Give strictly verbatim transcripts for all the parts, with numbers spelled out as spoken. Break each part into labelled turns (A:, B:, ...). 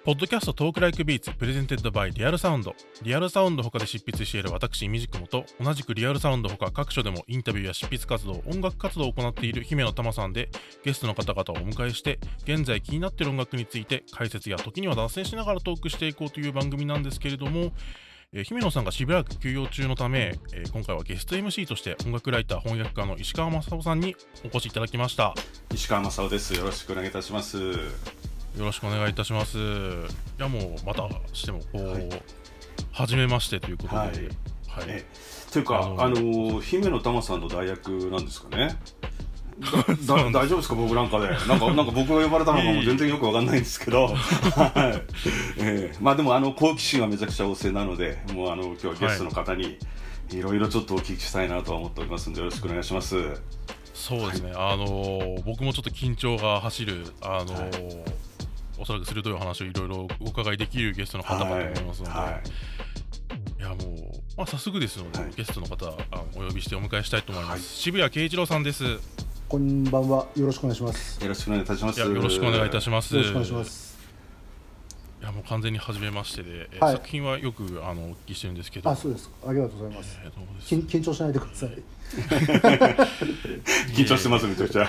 A: ポッドキャストトークライクビーツプレゼンテッドバイリアルサウンド。リアルサウンド他で執筆している私、みじくもと、同じくリアルサウンド他各所でもインタビューや執筆活動、音楽活動を行っている姫野玉さんで、ゲストの方々をお迎えして、現在気になっている音楽について解説や時には脱線しながらトークしていこうという番組なんですけれども、えー、姫野さんがしばらく休養中のため、えー、今回はゲスト エムシー として音楽ライター翻訳家の石川正夫さんにお越しいただきました。
B: 石川正夫です。よろしくお願いいたします。
A: よろしくお願いいたします。いやもうまたしてもこう、はい、初めましてということで、はいはい、
B: えというかあのあの姫野玉さんの代役なんですかね。だだ大丈夫ですか、僕なんかでなんかなんか僕が呼ばれたのかも全然よくわかんないんですけど、はい、えー、まあでもあの好奇心はめちゃくちゃ旺盛なので、もうあの今日はゲストの方にいろいろちょっとお聞きしたいなとは思っておりますので、よろしくお願いします。
A: そうですね、はい、あの僕もちょっと緊張が走るあの、はい、おそらく鋭いお話をいろいろお伺いできるゲストの方かと思いますので、はいはい、いやもう、まあ、早速ですので、はい、ゲストの方あお呼びしてお迎えしたいと思います、はい、渋谷慶一郎さんです。
C: こんばんは、よろしくお願いします。
B: よろしくお願いいたします。
A: いやよろしくお願いいたします。
C: よろしくお願いします。
A: いやもう完全に初めましてで、
C: はい、
A: 作品はよくあのお聞きしてるんですけど。
C: あ、そうです。ありがとうございます。
A: えー、どうです
C: 緊緊張しないでください。
B: 緊張してますめちゃくちゃ。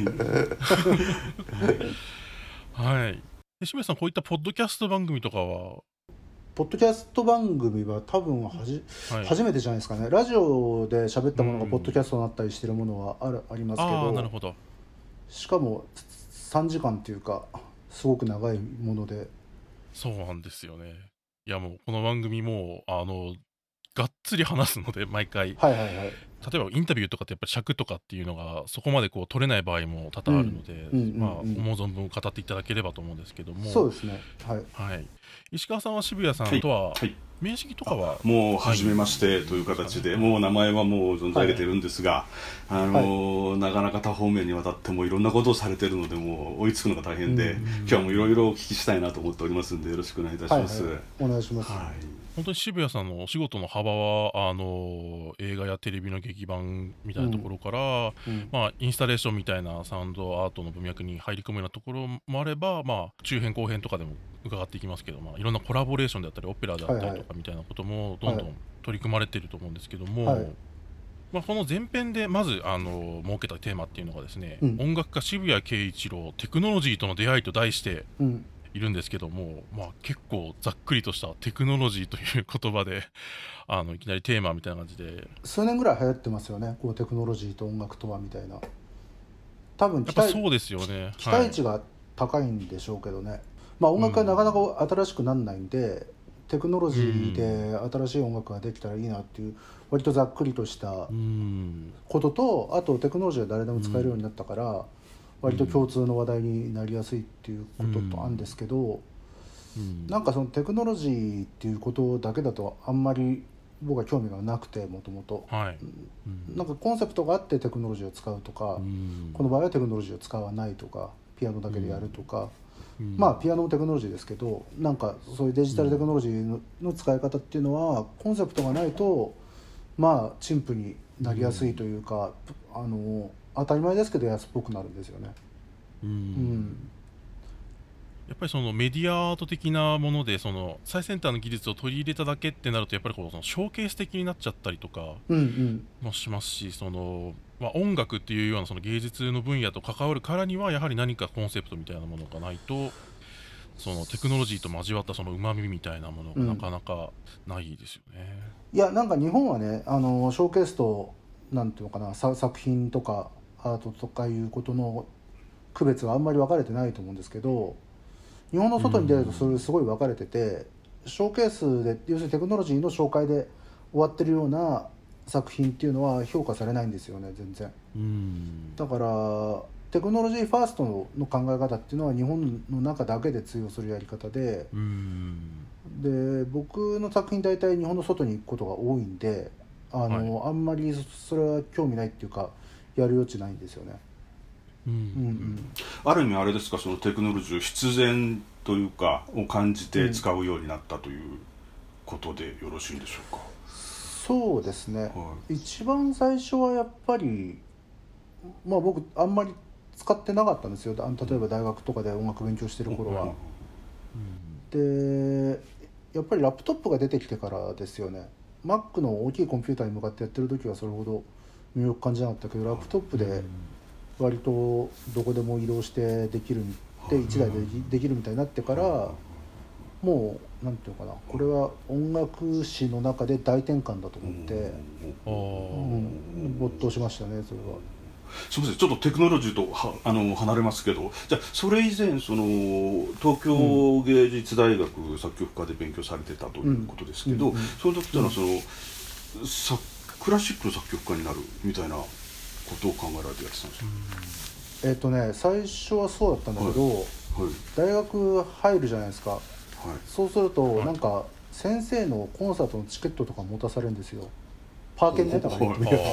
A: はい。渋谷さん、こういったポッドキャスト番組とかは？
C: ポッドキャスト番組は多分はじ、はい、初めてじゃないですかね。ラジオで喋ったものがポッドキャストになったりしてるものはある、ありますけど、
A: あ、なるほど。
C: しかもさんじかんっていうかすごく長いもので。
A: そうなんですよね。いやもうこの番組もあのがっつり話すので毎回、
C: はいはいはい、
A: 例えばインタビューとかってやっぱり尺とかっていうのがそこまでこう取れない場合も多々あるので、うんうんうんうん、まあ、思う存分語っていただければと思うんですけども。
C: そうですね、はい、
A: はい、石川さんは渋谷さんとは、はいはい、面識とかは
B: もう初めましてという形で、はい、もう名前はもう存じ上げてるんですが、はい、あのーはい、なかなか多方面にわたってもいろんなことをされてるのでもう追いつくのが大変で、うんうん、今日はもういろいろお聞きしたいなと思っておりますのでよろしくお願いいたします。
C: はいはい、お願いします。
B: はい、
A: 本当に渋谷さんのお仕事の幅はあの映画やテレビの劇版みたいなところから、うんうんまあ、インスタレーションみたいなサウンドアートの文脈に入り込むようなところもあれば、まあ、中編後編とかでも伺っていきますけど、まあ、いろんなコラボレーションであったりオペラであったりとかみたいなこともどんどん取り組まれていると思うんですけども、はいまあ、この前編でまずあの設けたテーマっていうのがですね、うん、音楽家渋谷慶一郎テクノロジーとの出会いと題しているんですけども、まあ、結構ざっくりとしたテクノロジーという言葉であのいきなりテーマみたいな感じで
C: 数年ぐらい流行ってますよね。こうテクノロジーと音楽とはみたいな。多分期待、
A: やっぱそうですよね、
C: 期待値が高いんでしょうけどね、はいまあ、音楽はなかなか新しくならないんで、うん、テクノロジーで新しい音楽ができたらいいなっていう割とざっくりとしたことと、あとテクノロジーは誰でも使えるようになったから割と共通の話題になりやすいっていうこととあるんですけど、なんかそのテクノロジーっていうことだけだとあんまり僕は興味がなくて、もともとなんかコンセプトがあってテクノロジーを使うとか、この場合はテクノロジーを使わないとか、ピアノだけでやるとか、まあピアノもテクノロジーですけど、なんかそういうデジタルテクノロジーの使い方っていうのはコンセプトがないとまあ陳腐になりやすいというか、あの当たり前ですけど安っぽくなるんですよね。
A: うん、うん、やっぱりそのメディアアート的なものでその最先端の技術を取り入れただけってなるとやっぱりこうそのショーケース的になっちゃったりとかもしますし、そのまあ、音楽っていうようなその芸術の分野と関わるからにはやはり何かコンセプトみたいなものがないとそのテクノロジーと交わったその旨味みたいなものがなかなかないですよね。
C: うん、いやなんか日本はね、あのショーケースとなんていうのかな、作品とかアートとかいうことの区別があんまり分かれてないと思うんですけど、日本の外に出るとそれすごい分かれてて、うん、ショーケースで要するにテクノロジーの紹介で終わってるような作品っていうのは評価されないんですよね、全然。うん、だからテクノロジーファースト の, の考え方っていうのは日本の中だけで通用するやり方で、うん、で僕の作品大体日本の外に行くことが多いんで、あの、はい、あんまりそれは興味ないっていうかやる余地ないんですよね。
B: うんうんうん、ある意味あれですか、そのテクノロジーを必然というかを感じて使うようになったということでよろしいんでしょうか。
C: そうですね、はい、一番最初はやっぱり、まあ、僕あんまり使ってなかったんですよ。例えば大学とかで音楽勉強してる頃は、うんうん、 でやっぱりラップトップが出てきてからですよね。 Mac の大きいコンピューターに向かってやってる時はそれほど魅力感じなかったけど、ラップトップで割とどこでも移動してできるでいちだいでできるみたいになってから、もうなんていうのかな、これは音楽史の中で大転換だと思って、うん、没頭しましたねそれは。
B: すみません、ちょっとテクノロジーとはあの離れますけど、じゃあそれ以前その東京芸術大学作曲科で勉強されてたということですけど、うんうんうん、その時ってのはその、うん、さクラシックの作曲家になるみたいなことを考えられてやってたんですか？
C: えっとね最初はそうだったんだけど、はいはい、大学入るじゃないですか、はい、そうするとなんか先生のコンサートのチケットとか持たされるんですよ。パーケンネタが入ってる。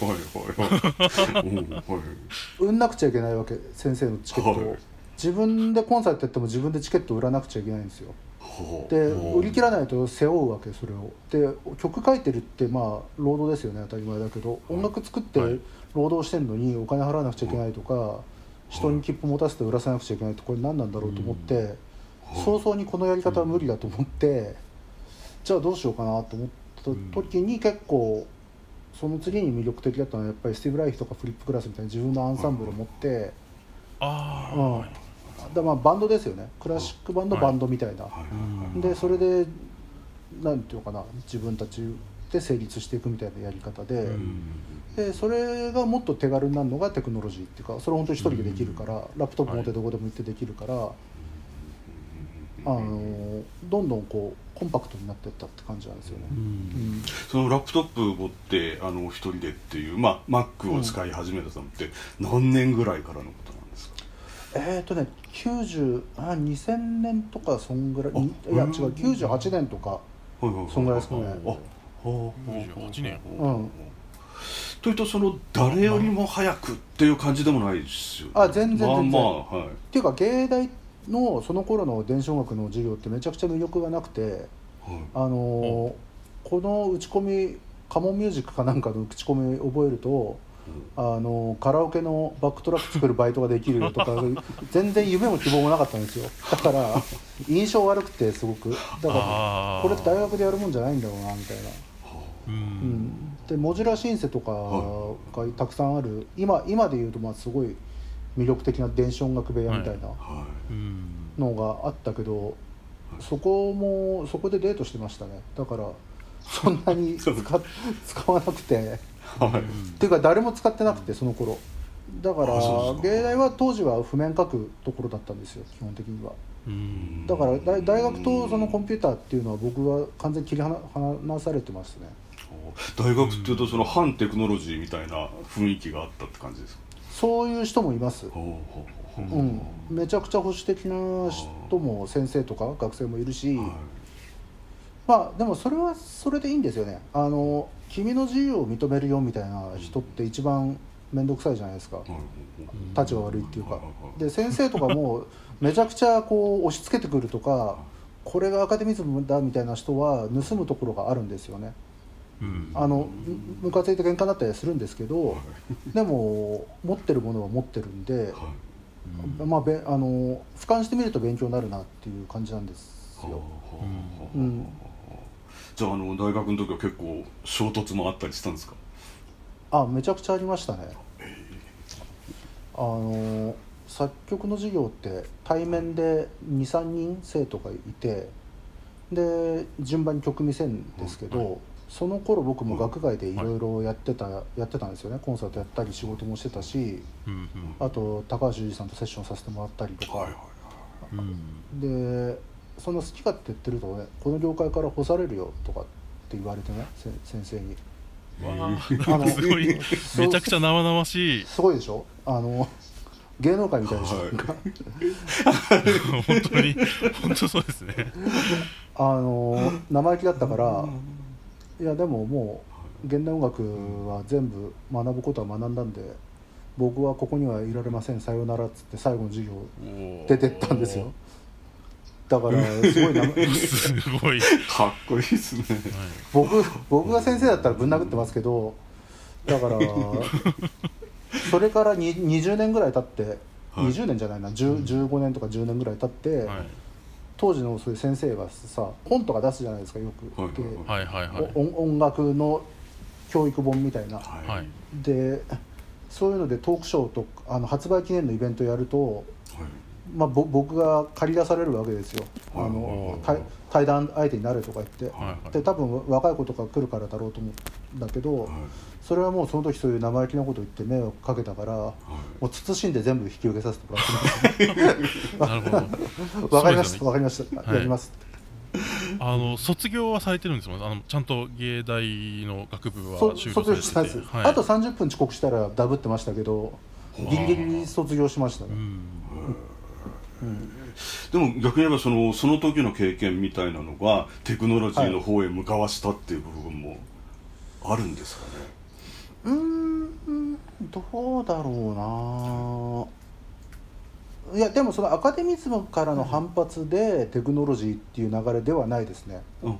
C: 売んなくちゃいけないわけ、先生のチケットを、はい、自分でコンサートやっても自分でチケット売らなくちゃいけないんですよ。で売り切らないと背負うわけ、それを。で曲書いてるってまあ労働ですよね、当たり前だけど、音楽作って労働してるのにお金払わなくちゃいけないとか、人に切符持たせて売らさなくちゃいけないと、これ何なんだろうと思って、早々にこのやり方は無理だと思って、じゃあどうしようかなと思った時に、結構その次に魅力的だったのはやっぱりスティーブ・ライフとかフリップ・クラスみたいな自分のアンサンブルを持って、
A: あ、
C: うん、だまあバンドですよね、クラシックバンド、バンドみたいな、でそれでなんていうのかな、自分たちで成立していくみたいなやり方で、でそれがもっと手軽になるのがテクノロジーっていうか、それ本当に一人でできるから、ラップトップ持ってどこでも行ってできるから、あのどんどんこうコンパクトになっていったって感じなんですよね。うん、
B: そのラップトップ持ってあの一人でっていう、まあ、Mac を使い始めたのって何年ぐらいからのことなんですか？
C: えーとねきゅうじゅうあにせんねんとかそんぐらい、いや違うきゅうじゅうはちねんとかそんぐらいですかね。あ、
A: きゅうじゅうはちねん、
C: うん、
B: というとその誰よりも早くっていう感じでもないですよね。
C: あ、全然全然、まあまあ、
B: はい、
C: っていうか芸大のその頃の電子音楽の授業ってめちゃくちゃ魅力がなくて、はい、あのー、この打ち込みカモンミュージックかなんかの打ち込み覚えると、うん、あのー、カラオケのバックトラック作るバイトができるよとか全然夢も希望もなかったんですよ。だから印象悪くてすごく、だからこれ大学でやるもんじゃないんだろうなみたいな。うん、でモジュラシンセとかがたくさんある、今今でいうとまあすごい魅力的な電子音楽部屋みたいなのがあったけど、そこもそこでデートしてましたね。だからそんなに使, 使わなくて、はい、っていうか誰も使ってなくてその頃だから、芸大は当時は譜面書くところだったんですよ基本的には。だから大, 大学とそのコンピューターっていうのは僕は完全に切り離されてますね。
B: 大学っていうとその反テクノロジーみたいな雰囲気があったって感じですか？
C: そういう人もいます、うん、めちゃくちゃ保守的な人も先生とか学生もいるし、はい、まあでもそれはそれでいいんですよね。あの君の自由を認めるよみたいな人って一番面倒くさいじゃないですか、立場悪いっていうか。で先生とかもめちゃくちゃこう押し付けてくるとかこれがアカデミズムだみたいな人は盗むところがあるんですよね。あのムカついて喧嘩になったりするんですけど、でも持ってるものは持ってるんで、まあ、べあの俯瞰してみると勉強になるなっていう感じなんですよ。うん、
B: じゃあ、あの大学の時は結構衝突もあったりしたんですか？
C: あ、めちゃくちゃありましたね。あの作曲の授業って対面で にさんにん生徒がいて、で順番に曲見せるんですけど、はい、その頃僕も学外でいろいろやってた、はい、やってたんですよね。コンサートやったり仕事もしてたし、うんうん、あと高橋裕二さんとセッションさせてもらったりとか、はいはいはい、でその好き勝手言ってるとね、この業界から干されるよとかって言われてね、先生に。
A: わあのすごいめちゃくちゃ生々しい。
C: すごいでしょ。あの芸能界みたいでしょ、はい、
A: 本当に本当そうですね。
C: あの生意気だったから、いやでももう現代音楽は全部学ぶことは学んだんで、僕はここにはいられません、さようならっつって最後の授業出てったんですよ。だからすごいな
A: すごい
B: かっこいいですね。
C: 僕僕が先生だったらぶん殴ってますけど、だからそれからににじゅうねんぐらい経って、はい、にじゅうねんじゃないな、じゅう、じゅうごねんとかじゅうねんぐらい経って、はい、 当時のそういう先生がさ本とか出すじゃないですかよく、
A: はいはいはい、
C: 音, 音楽の教育本みたいな、
A: はい、
C: でそういうのでトークショーとあの発売記念のイベントやると、はい、まあ、僕が借り出されるわけですよ、はい、あの対談相手になれとか言って、はい、で多分若い子とか来るからだろうと思うんだけど、はい、それはもうその時そういう生意気なこと言って迷惑かけたから、はい、もう慎んで全部引き受けさせてもらってなるほど分かりました、分かりました、はい、やりますって
A: あの卒業はされてるんですもん、あのちゃんと芸大の学部は修了されてて、卒業、はい、あとさんじゅっぷん遅刻したらダブってましたけどギリギリ卒業しましたね。うん
B: うん、でも逆に言えばその、その時の経験みたいなのがテクノロジーの方へ向かわしたっていう部分もあるんですかね。
C: うーん、どうだろうな。いやでもそのアカデミズムからの反発でテクノロジーっていう流れではないですね、うん、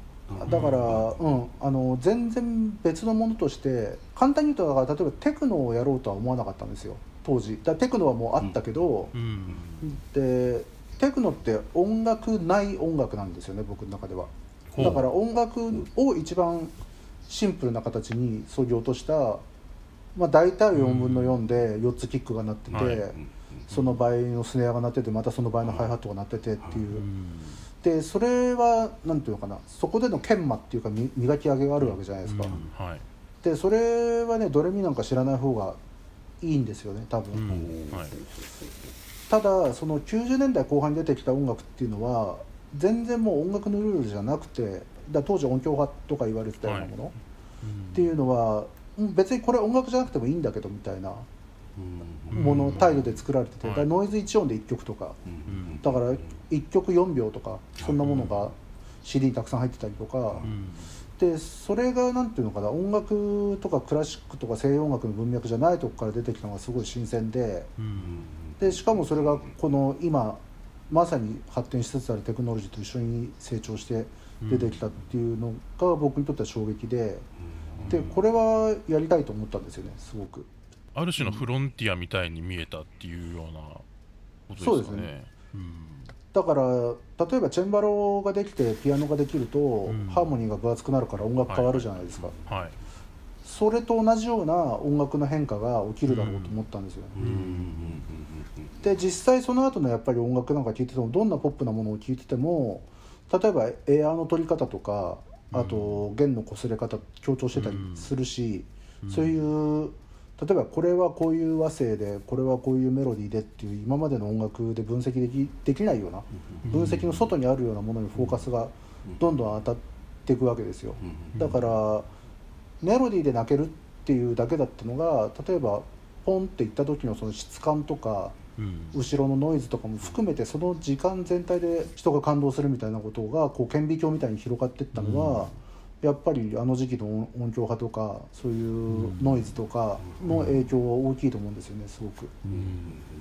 C: だから、うん、あの全然別のものとして簡単に言うとだから例えばテクノをやろうとは思わなかったんですよ当時。だテクノはもうあったけど、うん、でテクノって音楽ない音楽なんですよね僕の中では。だから音楽を一番シンプルな形に削ぎ落とした、まあ、大体よんぶんのよんでよっつキックが鳴ってて、はい、その倍のスネアが鳴っててまたその倍のハイハットが鳴っててっていう、でそれはなんていうのかな、そこでの研磨っていうか磨き上げがあるわけじゃないですか、うんはい、でそれはねドレミなんか知らない方がいいんですよね多分、うんはい、ただそのきゅうじゅうねんだいこう半に出てきた音楽っていうのは全然もう音楽のルールじゃなくて、だ当時音響派とか言われてたようなもの、はい、っていうのは別にこれ音楽じゃなくてもいいんだけどみたいなもの態度で作られてて、だからノイズいち音でいっきょくとか、だからいっきょくよんびょうとかそんなものが シーディー にたくさん入ってたりとか、でそれがなんていうのかな、音楽とかクラシックとか西洋音楽の文脈じゃないとこから出てきたのがすごい新鮮で、でしかもそれがこの今まさに発展しつつあるテクノロジーと一緒に成長して出てきたっていうのが僕にとっては衝撃で、でこれはやりたいと思ったんですよねすごく。
A: ある種のフロンティアみたいに見えたっていうようなことですかね。そうですね、うん、
C: だから例えばチェンバロができてピアノができると、うん、ハーモニーが分厚くなるから音楽変わるじゃないですか、はいはい、それと同じような音楽の変化が起きるだろうと思ったんですよ、うん、で実際その後のやっぱり音楽なんか聴いててもどんなポップなものを聴いてても例えばエアーの取り方とかあと弦の擦れ方強調してたりするし、うん、そういう例えばこれはこういう和声でこれはこういうメロディーでっていう今までの音楽で分析でき、できないような分析の外にあるようなものにフォーカスがどんどん当たっていくわけですよ。だからメロディーで泣けるっていうだけだったのが例えばポンっていった時のその質感とか後ろのノイズとかも含めてその時間全体で人が感動するみたいなことがこう顕微鏡みたいに広がっていったのは、やっぱりあの時期の音響派とかそういうノイズとかの影響は大きいと思うんですよねすごく。うん、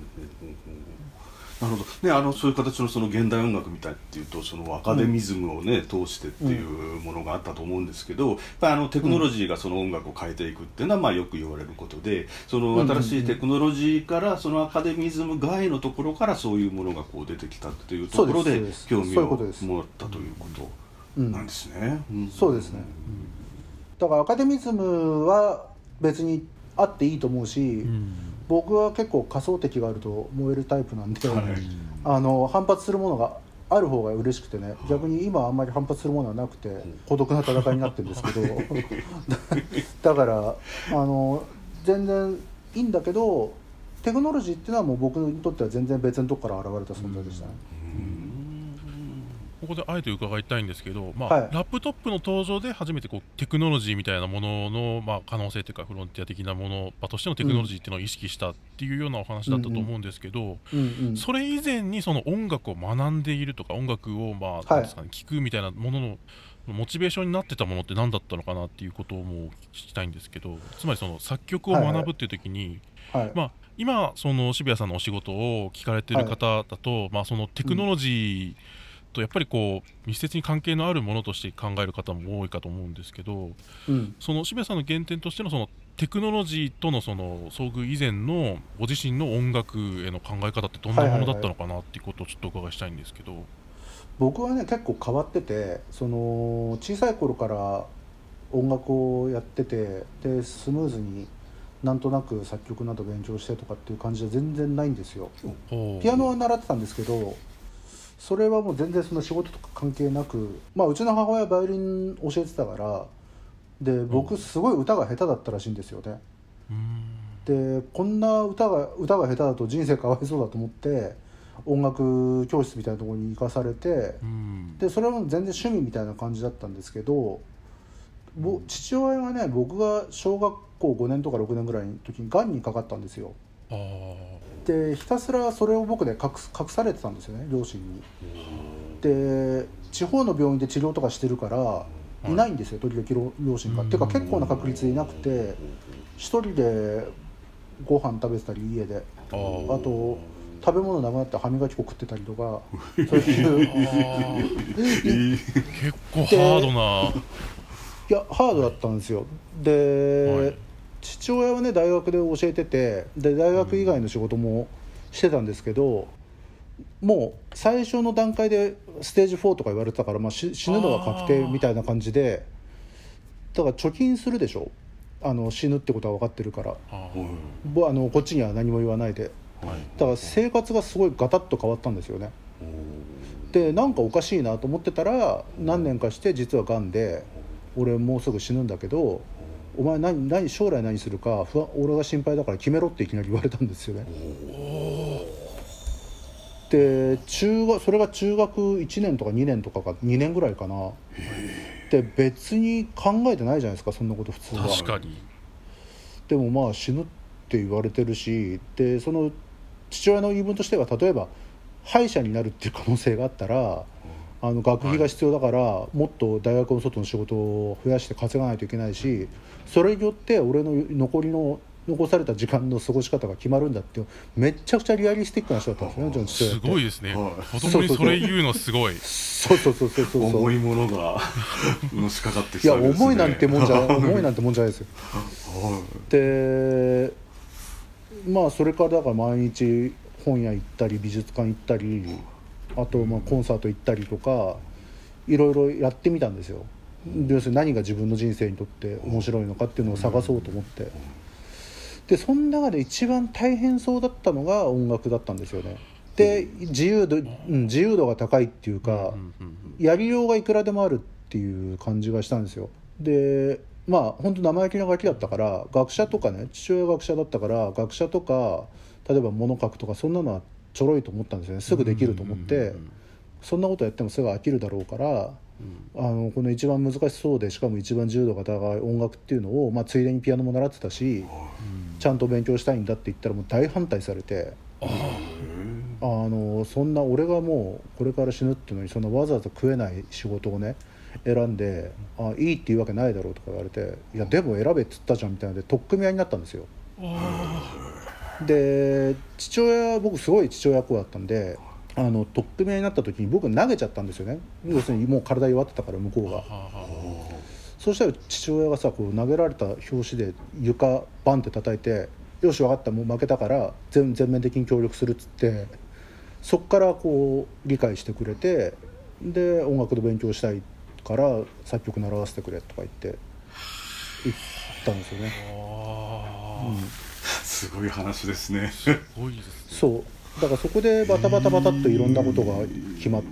B: なるほどね。あのそういう形のその現代音楽みたいっていうとそのアカデミズムをね、うん、通してっていうものがあったと思うんですけど、やっぱりあのテクノロジーがその音楽を変えていくっていうのはまあよく言われることで、その新しいテクノロジーからそのアカデミズム外のところからそういうものがこう出てきたっていうところで興味を持ったということなんですね。
C: うんうん、そうですね、うん、だからアカデミズムは別にあっていいと思うし、うん、僕は結構仮想敵があると燃えるタイプなんで、はい、あの反発するものがある方が嬉しくてね、逆に今あんまり反発するものはなくて孤独な戦いになってるんですけどだからあの全然いいんだけどテクノロジーっていうのはもう僕にとっては全然別のとこから現れた存在でしたね。うんうん
A: ここであえて伺いたいんですけど、まあはい、ラップトップの登場で初めてこうテクノロジーみたいなものの、まあ、可能性というかフロンティア的なもの場としてのテクノロジーっていうのを意識したっていうようなお話だったと思うんですけど、うんうんうん、それ以前にその音楽を学んでいるとか音楽をまあ、はい、なんですかね、聞くみたいなもののモチベーションになってたものって何だったのかなっていうことをもう聞きたいんですけど、つまりその作曲を学ぶっていう時に、はいはい、まあ、今その渋谷さんのお仕事を聞かれている方だと、はい、まあ、そのテクノロジーとやっぱりこう密接に関係のあるものとして考える方も多いかと思うんですけど、うん、その渋谷さんの原点としてのそのテクノロジーとのその遭遇以前のご自身の音楽への考え方ってどんなものだったのかなっていうことをちょっとお伺いしたいんですけど。
C: 僕はね結構変わってて、その小さい頃から音楽をやってて、でスムーズになんとなく作曲など勉強してとかっていう感じは全然ないんですよ。ピアノは習ってたんですけど、それはもう全然その仕事とか関係なく、まあうちの母親はバイオリン教えてたから、で僕すごい歌が下手だったらしいんですよね。でこんな歌が歌が下手だと人生かわいそうだと思って音楽教室みたいなところに行かされて、でそれは全然趣味みたいな感じだったんですけど、父親がね僕が小学校ごねんとかろくねんぐらいの時にがんにかかったんですよ。でひたすらそれを僕で隠隠されてたんですよね、両親に。で地方の病院で治療とかしてるからいないんですよ、時々両親が。っていうか結構な確率でいなくて、一人でご飯食べてたり家で、あと食べ物なくなって歯磨き粉食ってたりとかそういう
A: 結構ハードな。
C: いやハードだったんですよ。で、はい、父親はね大学で教えてて、で大学以外の仕事もしてたんですけど、うん、もう最初の段階でステージフォーとか言われてたから、まあ、死ぬのは確定みたいな感じで、だから貯金するでしょ、あの死ぬってことは分かってるから、ああのこっちには何も言わないで、はい、だから生活がすごいガタッと変わったんですよね。でなんかおかしいなと思ってたら、何年かして実はがんで、俺もうすぐ死ぬんだけどお前 何, 何将来何するか不安、俺が心配だから決めろっていきなり言われたんですよね。で中学それが中学いちねんとかにねんとかかにねんぐらいかな。で別に考えてないじゃないですか、そんなこと普通は。
A: 確かに。
C: でもまあ死ぬって言われてるし、でその父親の言い分としては、例えば歯医者になるっていう可能性があったら、あの学費が必要だから、はい、もっと大学の外の仕事を増やして稼がないといけないし、それによって俺の残りの残された時間の過ごし方が決まるんだって、めちゃくちゃリアリスティックな人だったんですよね、うちの父親って。
A: すごいですね、はい、子供にそれ言うのすごい。
C: そうそうそうそうそう、
B: 重いものがのしかかってきたわけですね。
C: いや重いなんてもんじゃ重いなんてもんじゃないですよ。でまあそれからだから毎日本屋行ったり美術館行ったり、あとまあコンサート行ったりとかいろいろやってみたんですよ。要するに何が自分の人生にとって面白いのかっていうのを探そうと思って、でその中で一番大変そうだったのが音楽だったんですよね。で自由度、うん、自由度が高いっていうか、やりようがいくらでもあるっていう感じがしたんですよ。でまあ本当生意気なガキだったから、学者とかね、父親が学者だったから学者とか例えば物書くとかそんなのはちょろいと思ったんですよね。すぐできると思って、そんなことやってもすぐ飽きるだろうから、あのこの一番難しそうでしかも一番自由度が高い音楽っていうのを、まあ、ついでにピアノも習ってたし、ちゃんと勉強したいんだって言ったらもう大反対されて、あのそんな俺がもうこれから死ぬっていうのにそんなわざわざ食えない仕事をね選んで、あいいっていうわけないだろうとか言われて、いやでも選べっつったじゃんみたいなので取っ組み合いになったんですよ。で父親僕すごい父親役だったんで、あの取っ組み合いになった時に僕投げちゃったんですよね。要するにもう体弱ってたから向こうが。そうしたら父親がさこう投げられた拍子で床バンって叩いて、よし分かったもう負けたから全全面的に協力するっつって、そっからこう理解してくれて、で音楽の勉強したいから作曲習わせてくれとか言って言ったんですよね。
B: うん、すごい話ですね。
A: すごいですね。
C: そうだからそこでバタバタバタっといろんなことが決まって、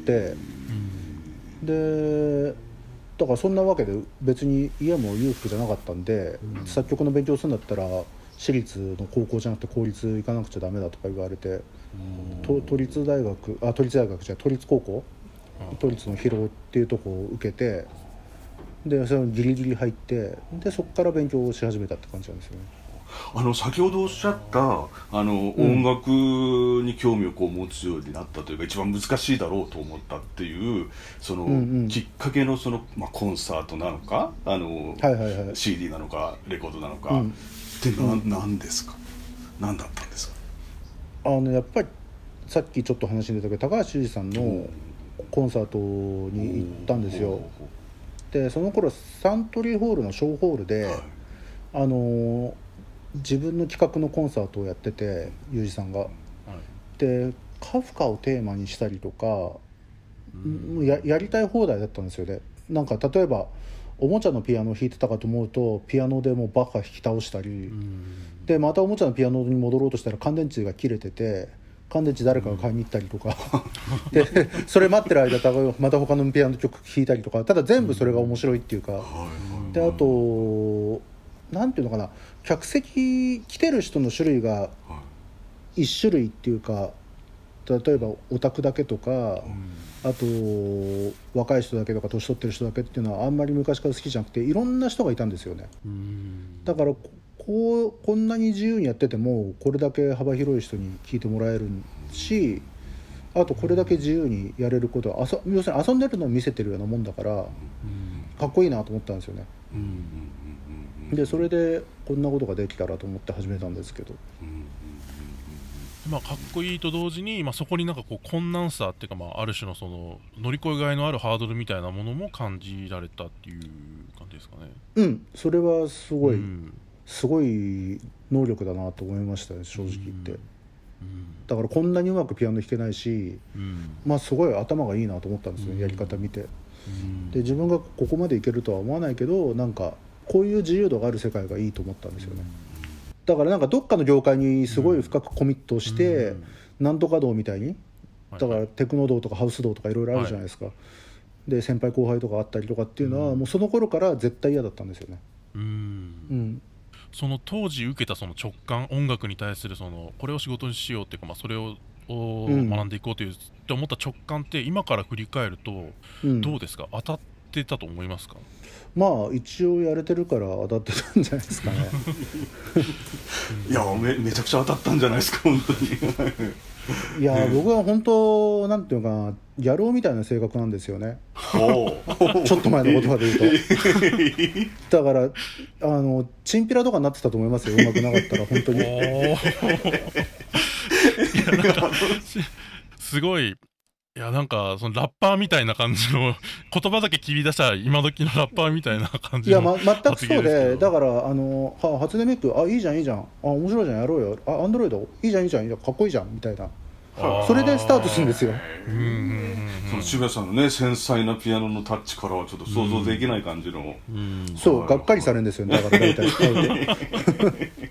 C: でだからそんなわけで別に家も裕福じゃなかったんで、作曲の勉強するんだったら私立の高校じゃなくて公立行かなくちゃダメだとか言われて、と都立大学あ都立大学じゃ都立高校都立の広尾っていうとこを受けて、でそれギリギリ入って、でそこから勉強をし始めたって感じなんですよね。
B: あの先ほどおっしゃったあの、うん、音楽に興味をこう持つようになったというか、一番難しいだろうと思ったっていうその、うんうん、きっかけのその、まあ、コンサートなのかあの、はいはいはい、シーディー なのかレコードなのか、うん、ってな、うん、何ですか何だったんですか。
C: あのやっぱりさっきちょっと話に出たけど高橋修司さんのコンサートに行ったんですよ。でその頃サントリーホールの小ホールで、はい、あの自分の企画のコンサートをやってて、ユージさんが、はい、でカフカをテーマにしたりとか、 もう や, やりたい放題だったんですよね。なんか例えばおもちゃのピアノを弾いてたかと思うとピアノでもうバカ弾き倒したり、でまたおもちゃのピアノに戻ろうとしたら乾電池が切れてて乾電池誰かが買いに行ったりとかでそれ待ってる間また他のピアノ曲弾いたりとか、ただ全部それが面白いっていうか、であとなんていうのかな、客席来てる人の種類が一種類っていうか、例えばオタクだけとか、あと若い人だけとか年取ってる人だけっていうのはあんまり昔から好きじゃなくて、いろんな人がいたんですよね。だからこうこんなに自由にやっててもこれだけ幅広い人に聞いてもらえるし、あとこれだけ自由にやれることは遊要するに遊んでるのを見せてるようなもんだからかっこいいなと思ったんですよね。でそれでこんなことができたらと思って始めたんですけど、
A: まあ、かっこいいと同時に、まあ、そこになんかこう困難さっていうか、まあ、ある種のその乗り越えがいのあるハードルみたいなものも感じられたっていう感じですかね。
C: うん、それはすごい、うん、すごい能力だなと思いましたね、正直言って、うんうん、だからこんなにうまくピアノ弾けないし、うん、まあすごい頭がいいなと思ったんですよ、うん、やり方見て、うん、で自分がここまでいけるとは思わないけど、なんかこういう自由度がある世界がいいと思ったんですよね。だからなんかどっかの業界にすごい深くコミットして、うん、なんとか道みたいに、だからテクノ道とかハウス道とかいろいろあるじゃないですか、はい、で先輩後輩とかあったりとかっていうのは、うん、もうその頃から絶対嫌だったんですよね。うん、
A: うん、その当時受けたその直感、音楽に対するそのこれを仕事にしようっていうか、まあ、それを学んでいこうという、うん、って思った直感って今から振り返るとどうですか、うん、当たってたと思いますか？
C: まあ一応やれてるから当たってたんじゃないですかね
B: いや め, めちゃくちゃ当たったんじゃないですか本当
C: にいや、ね、僕は本当なんていうか野郎みたいな性格なんですよねちょっと前の言葉で言うとだからあのチンピラとかになってたと思いますよ、うまくなかったら本当にいや
A: なんかすごい、いやなんかそのラッパーみたいな感じの言葉だけ切り出した今時のラッパーみたいな感じの、
C: いや、ま、全くそうで、だからあのは初音ミク、あいいじゃんいいじゃん、あ面白いじゃんやろうよ、あアンドロイドいいじゃんいいじゃんかっこいいじゃんみたいな、それでスタートするんですよ。うんうんうん
B: うん、その渋谷さんのね繊細なピアノのタッチからはちょっと想像できない感じの、
C: うんうん、そうがっかりされるんですよね、だから大体使うと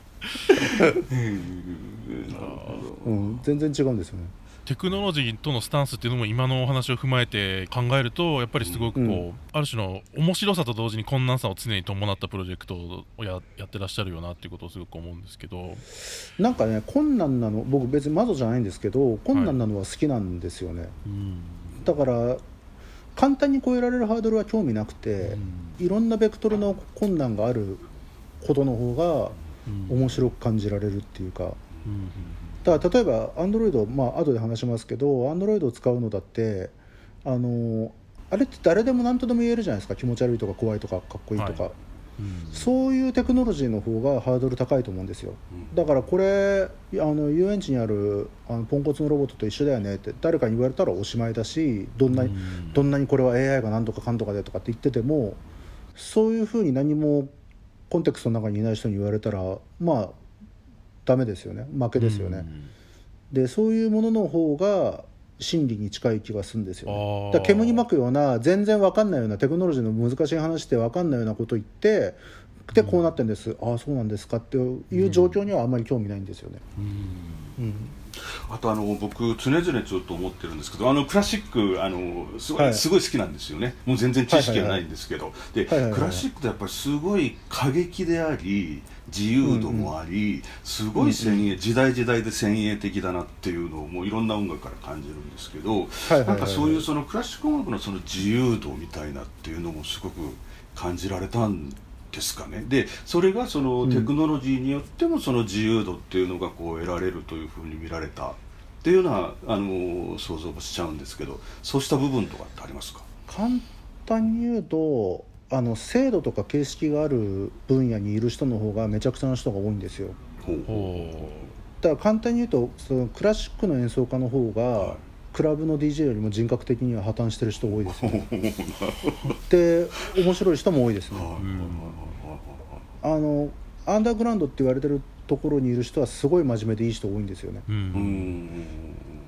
C: うん、全然違うんですよね。
A: テクノロジーとのスタンスっていうのも今のお話を踏まえて考えるとやっぱりすごくこう、うん、ある種の面白さと同時に困難さを常に伴ったプロジェクトを や, やってらっしゃるよなっていうことをすごく思うんですけど、
C: なんかね困難なの僕別に窓じゃないんですけど困難なのは好きなんですよね、はい、うん、だから簡単に越えられるハードルは興味なくて、うん、いろんなベクトルの困難があることの方が面白く感じられるっていうか、うんうん、だから例えば Android、まあ後で話しますけど Android を使うのだってあのあれって誰でも何とでも言えるじゃないですか、気持ち悪いとか怖いとかかっこいいとか、はい、うん、そういうテクノロジーの方がハードル高いと思うんですよ、うん、だからこれあの遊園地にあるあのポンコツのロボットと一緒だよねって誰かに言われたらおしまいだし、どんなに、うん、どんなにこれは エーアイ が何とかかんとかでとかって言っててもそういうふうに何もコンテクストの中にいない人に言われたらまあダメですよね、負けですよね、うん、でそういうものの方が真理に近い気がするんですよね。だから煙に巻くような全然分かんないようなテクノロジーの難しい話で分かんないようなことを言ってでこうなってるんです、うん、ああそうなんですかっていう状況にはあんまり興味ないんですよね、うんうん、
B: あとあの僕常々ちょっと思ってるんですけどあのクラシックあのすごい、はい、すごい好きなんですよね。もう全然知識はないんですけど、でクラシックってやっぱりすごい過激であり自由度もあり、うんうん、すごい先鋭、うんうん、時代時代で先鋭的だなっていうのをもういろんな音楽から感じるんですけど、はいはいはいはい、なんかそういうそのクラシック音楽のその自由度みたいなっていうのもすごく感じられたんですかね。でそれがそのテクノロジーによってもその自由度っていうのがこう得られるというふうに見られたっていうようなあの想像もしちゃうんですけど、そうした部分とかってありますか？
C: 簡単に言うとあの制度とか形式がある分野にいる人の方がめちゃくちゃな人が多いんですよ。ほうほう。だから簡単に言うとそのクラシックの演奏家の方が、はい、クラブの ディージェー よりも人格的には破綻してる人多いですねで面白い人も多いですね。あのアンダーグラウンドって言われてるところにいる人はすごい真面目でいい人多いんですよね。うんうん、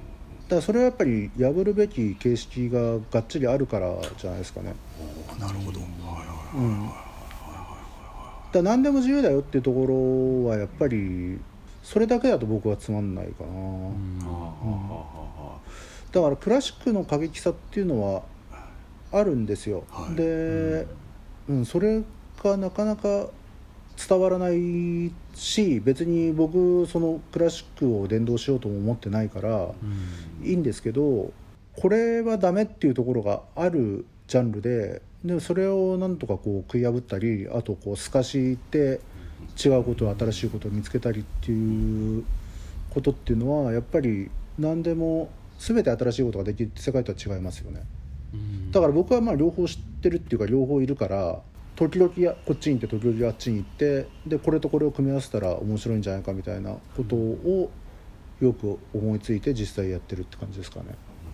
C: からそれはやっぱり破るべき形式ががっちりあるからじゃないですかね。
B: なるほど、
C: うん、だから何でも自由だよっていうところはやっぱりそれだけだと僕はつまんないかな、うん、だからクラシックの過激さっていうのはあるんですよ、はい、で、うん、それがなかなか伝わらないし、別に僕そのクラシックを伝道しようとも思ってないからいいんですけど、これはダメっていうところがあるジャンルで、でそれをなんとかこう食い破ったり、あとこう透かして違うことを新しいことを見つけたりっていうことっていうのはやっぱり何でも全て新しいことができるって世界とは違いますよね。だから僕はまあ両方知ってるっていうか両方いるから、時々こっちに行って時々あっちに行って、でこれとこれを組み合わせたら面白いんじゃないかみたいなことをよく思いついて実際やってるって感じですかね。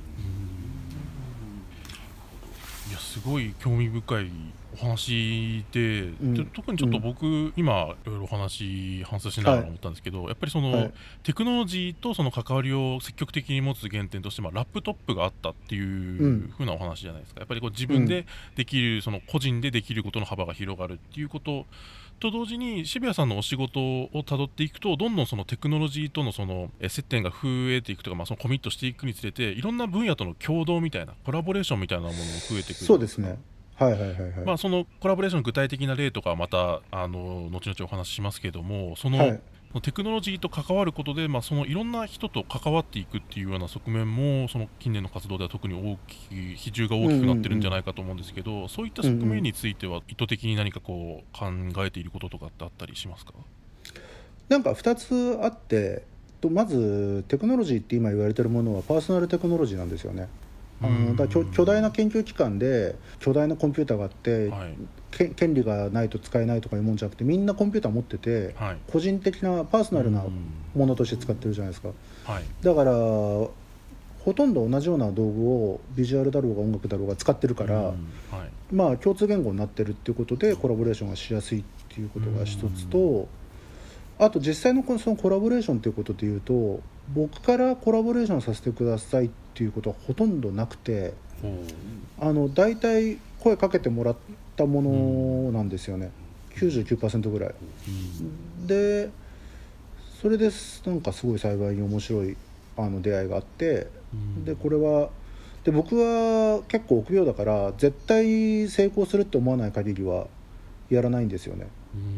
A: いやすごい興味深いお話で、うん、特にちょっと僕、うん、今いろいろお話反芻しながら思ったんですけど、はい、やっぱりその、はい、テクノロジーとその関わりを積極的に持つ原点として、まあ、ラップトップがあったっていう風なお話じゃないですか。やっぱりこう自分でできる、その個人でできることの幅が広がるっていうことと同時に、渋谷さんのお仕事をたどっていくと、どんどんそのテクノロジーとのその接点が増えていくとか、まあ、そのコミットしていくにつれて、いろんな分野との共同みたいなコラボレーションみたいなものも増えてくる。
C: そうですね。はいはいはいはい。
A: まあ、そのコラボレーションの具体的な例とかはまたあの後々お話ししますけれども、その、はい、テクノロジーと関わることで、まあ、そのいろんな人と関わっていくっていうような側面もその近年の活動では特に大きい比重が大きくなってるんじゃないかと思うんですけど、うんうんうん、そういった側面については意図的に何かこう考えていることとかってあったりしますか？
C: なんかふたつあって、まずテクノロジーって今言われてるものはパーソナルテクノロジーなんですよね。あのだ巨, 巨大な研究機関で巨大なコンピューターがあって、はい、権利がないと使えないとかいうもんじゃなくて、みんなコンピューター持ってて、はい、個人的なパーソナルなものとして使ってるじゃないですか、はい、だからほとんど同じような道具をビジュアルだろうが音楽だろうが使ってるから、はい、まあ共通言語になってるっていうことでコラボレーションがしやすいっていうことが一つと、あと実際のそのコラボレーションということでいうと、僕からコラボレーションさせてくださいっていうことはほとんどなくて、あのだいたい声かけてもらったものなんですよね、きゅうじゅうきゅうパーセント ぐらいで、それですなんかすごい幸いに面白いあの出会いがあって、でこれはで僕は結構臆病だから絶対成功するって思わない限りはやらないんですよね。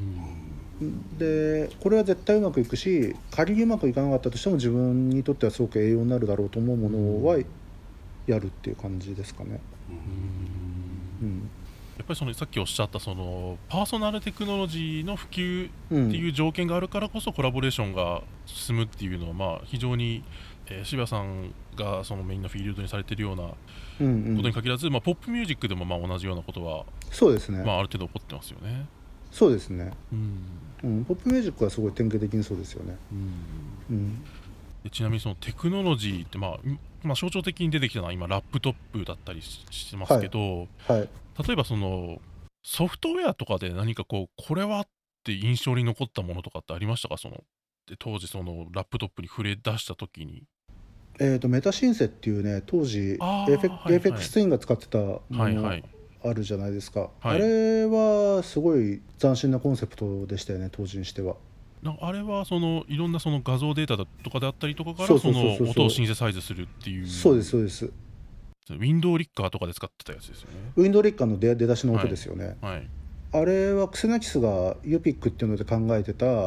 C: でこれは絶対うまくいくし、仮にうまくいかなかったとしても自分にとってはすごく栄養になるだろうと思うものはやるっていう感じですかね。
A: うん、やっぱりそのさっきおっしゃったそのパーソナルテクノロジーの普及っていう条件があるからこそコラボレーションが進むっていうのは、まあ非常に、えー、渋谷さんがそのメインのフィールドにされているようなことに限らず、うんうん、まあ、ポップミュージックでもまあ同じようなことは
C: そうですね、
A: まあ、ある程度起こってますよね。
C: そうですね、
A: うん
C: うん、ポップミュージックはすごい典型的にそうですよね。うん、うん、
A: でちなみにそのテクノロジーって、まあまあ、象徴的に出てきたのは今ラップトップだったりしてますけど、
C: はいはい、
A: 例えばそのソフトウェアとかで何かこうこれはって印象に残ったものとかってありましたか？そので当時そのラップトップに触れ出した時に。
C: えーとメタシンセっていうね、当時エーフェクスツインが使ってたもの、はいはい、あるじゃないですか、はい、あれはすごい斬新なコンセプトでしたよね、当時にしては。
A: なんかあれはそのいろんなその画像データとかであったりとかからその音をシンセサイズするっていう。
C: そうですそうです。
A: ウィンドウリッカーとかで使ってたやつですよね。
C: ウィンドウリッカーの 出, 出だしの音ですよね、
A: はいはい、
C: あれはクセナキスがユピックっていうので考えてた、うん、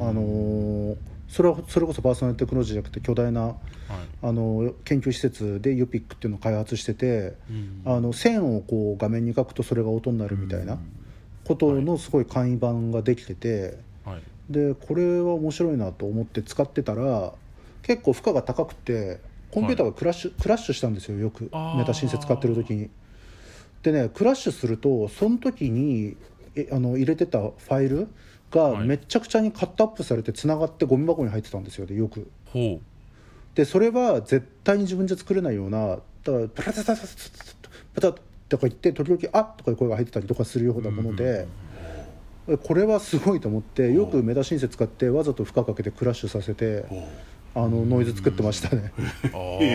C: あのー、それはそれこそパーソナルテクノロジーじゃなくて巨大な、はい、あの研究施設でユピックっていうのを開発してて、うん、あの線をこう画面に書くとそれが音になるみたいなことのすごい簡易版ができてて、はい、でこれは面白いなと思って使ってたら結構負荷が高くてコンピューターがクラッシュ、はい、クラッシュしたんですよ、よくメタシンセ使ってる時に。でね、クラッシュするとその時にえあの入れてたファイルがめちゃくちゃにカットアップされてつながってゴミ箱に入ってたんですよね、よく。
A: ほう。で
C: それは絶対に自分じゃ作れないような、だからパタタタタタタタとか言って時々あっとかいう声が入ってたりとかするようなもので、これはすごいと思ってよくメタシンセ使ってわざと負荷かけてクラッシュさせてあのノイズ作ってましたね。
A: あ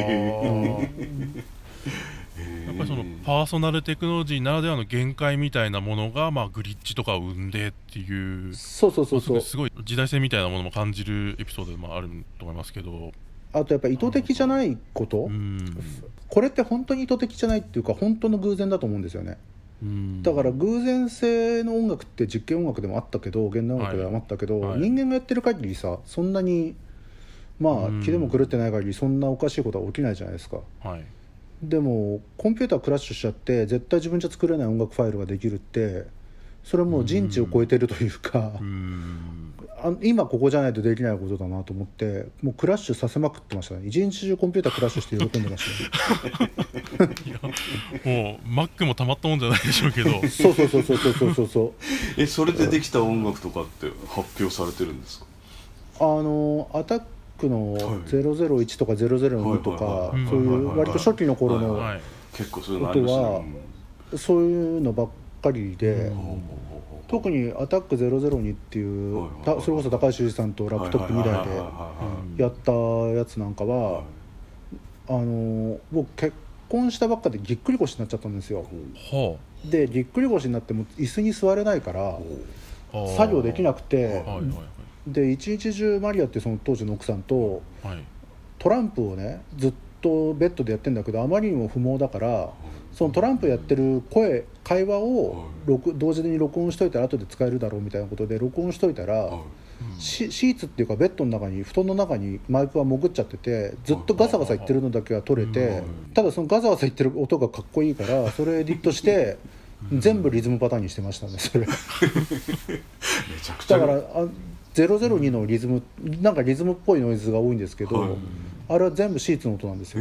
A: やっぱりそのパーソナルテクノロジーならではの限界みたいなものが、まあ、グリッチとかを生んでっていう、
C: そうそうそうそう、
A: すごい時代性みたいなものも感じるエピソードでもあると思いますけど、
C: あとやっぱ意図的じゃないこと、これって本当に意図的じゃないっていうか本当の偶然だと思うんですよね。だから偶然性の音楽って実験音楽でもあったけど現代音楽でもあったけど、はいはい、人間がやってる限りさそんなにまあ気でも狂ってない限りそんなおかしいことは起きないじゃないですか、はい、でもコンピュータークラッシュしちゃって絶対自分じゃ作れない音楽ファイルができるってそれもう人知を超えてるというか、うーんあ今ここじゃないとできないことだなと思ってもうクラッシュさせまくってましたね。一日中コンピュータークラッシュして喜んでましたねい
A: やもう Mac もたまったもんじゃないでしょうけど
C: そうそうそうそうそうそうそう
B: えそれでできた音楽とかって発表されてるんですか？
C: あのアタックのゼロゼロいちとかゼロゼロにとかそういう割と初期の頃の音はそういうのばっかりで、特にアタックゼロゼロにっていうそれこそ高橋修司さんとラップトップにだいでやったやつなんかはあの僕結婚したばっかでぎっくり腰になっちゃったんですよ。でぎっくり腰になっても椅子に座れないから作業できなくて、で一日中マリアってその当時の奥さんとトランプをねずっとベッドでやってんだけどあまりにも不毛だからそのトランプやってる声会話を録同時に録音しといたら後で使えるだろうみたいなことで録音しといたらシ, シーツっていうかベッドの中に布団の中にマイクが潜っちゃっててずっとガサガサ言ってるのだけが取れて、ただそのガサガサ言ってる音がかっこいいからそれをエディットして全部リズムパターンにしてましたねそれめちゃくちゃだからあゼロゼロにのリズムなんかリズムっぽいノイズが多いんですけど、はい、あれは全部シーツの音なんですよ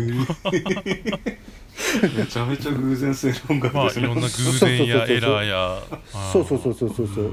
B: めちゃめちゃ偶然性の音楽ですね、
A: まあ、いろんな偶然やエラーや
C: そうそうそうそうそうそう、うん、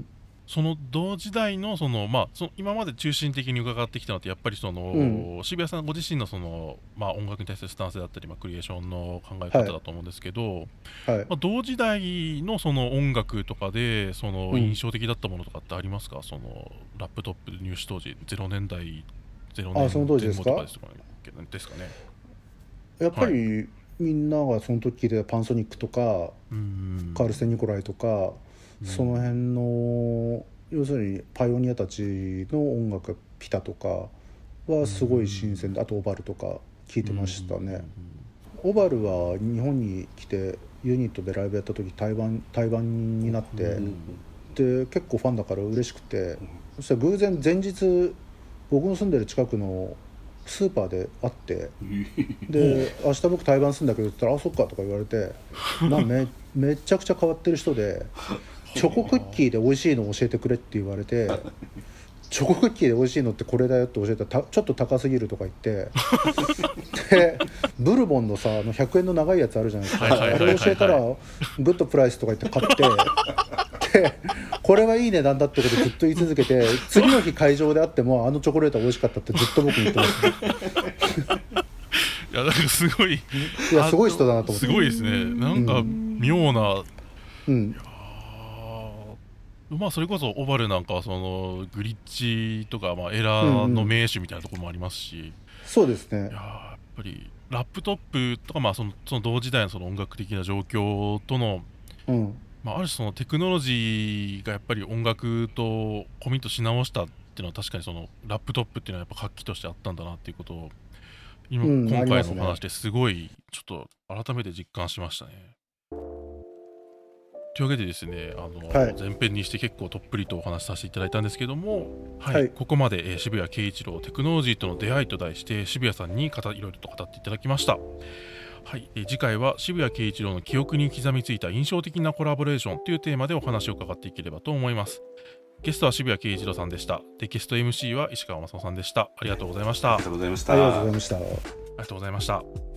A: その同時代のその、まあ、その今まで中心的に伺ってきたのってやっぱりその、うん、渋谷さんご自身のその、まあ、音楽に対するスタンスだったり、まあ、クリエーションの考え方だと思うんですけど、はいはい、まあ、同時代のその音楽とかでその印象的だったものとかってありますか？うん、そのラップトップ入手当時ゼロねんだいゼロねん前後とかですかね、ですかね。
C: やっぱり、はい、みんながその時でパンソニックとかカールセン・ニコライとかその辺の要するにパイオニアたちの音楽がピタとかはすごい新鮮で、あとオバルとか聴いてましたね。オバルは日本に来てユニットでライブやった時対バン対バンになってで結構ファンだから嬉しくて、そしたら偶然前日僕の住んでる近くのスーパーで会ってで明日僕対バンするんだけどって言ったらあそっかとか言われてな め, めちゃくちゃ変わってる人でチョコクッキーで美味しいの教えてくれって言われてチョコクッキーで美味しいのってこれだよって教えたらちょっと高すぎるとか言ってでブルボンのさあのひゃくえんの長いやつあるじゃないですか、あれ教えたらグッドプライスとか言って買ってでこれはいい値段だってことずっと言い続けて次の日会場であってもあのチョコレートは美味しかったってずっと僕に言ってましたい
A: やなんかすごい
C: いやすごい人だなと思って
A: すごいですね。なんか妙な、うん、いやまあそれこそオバルなんかはそのグリッチとかまあエラーの名手みたいなところもありますし、うんうん、
C: そうですね。
A: いややっぱりラップトップとかまあそのその同時代のその音楽的な状況との、うんまあ、ある種そのテクノロジーがやっぱり音楽とコミットし直したっていうのは確かにそのラップトップっていうのはやっぱ活気としてあったんだなっていうことを 今,、うん、今回のお話ですごいちょっと改めて実感しましたね。というわけでですね、あの、はい、前編にして結構とっぷりとお話しさせていただいたんですけども、はいはい、ここまで、えー、渋谷慶一郎テクノロジーとの出会いと題して渋谷さんにいろいろと語っていただきました。はい、えー、次回は渋谷慶一郎の記憶に刻みついた印象的なコラボレーションというテーマでお話を伺っていければと思います。ゲストは渋谷慶一郎さんでした。でゲスト エムシー は石川雅夫さんでした。ありがとうございました。
B: ありがとうございました。
C: ありがとうございました。
A: ありがとうございました。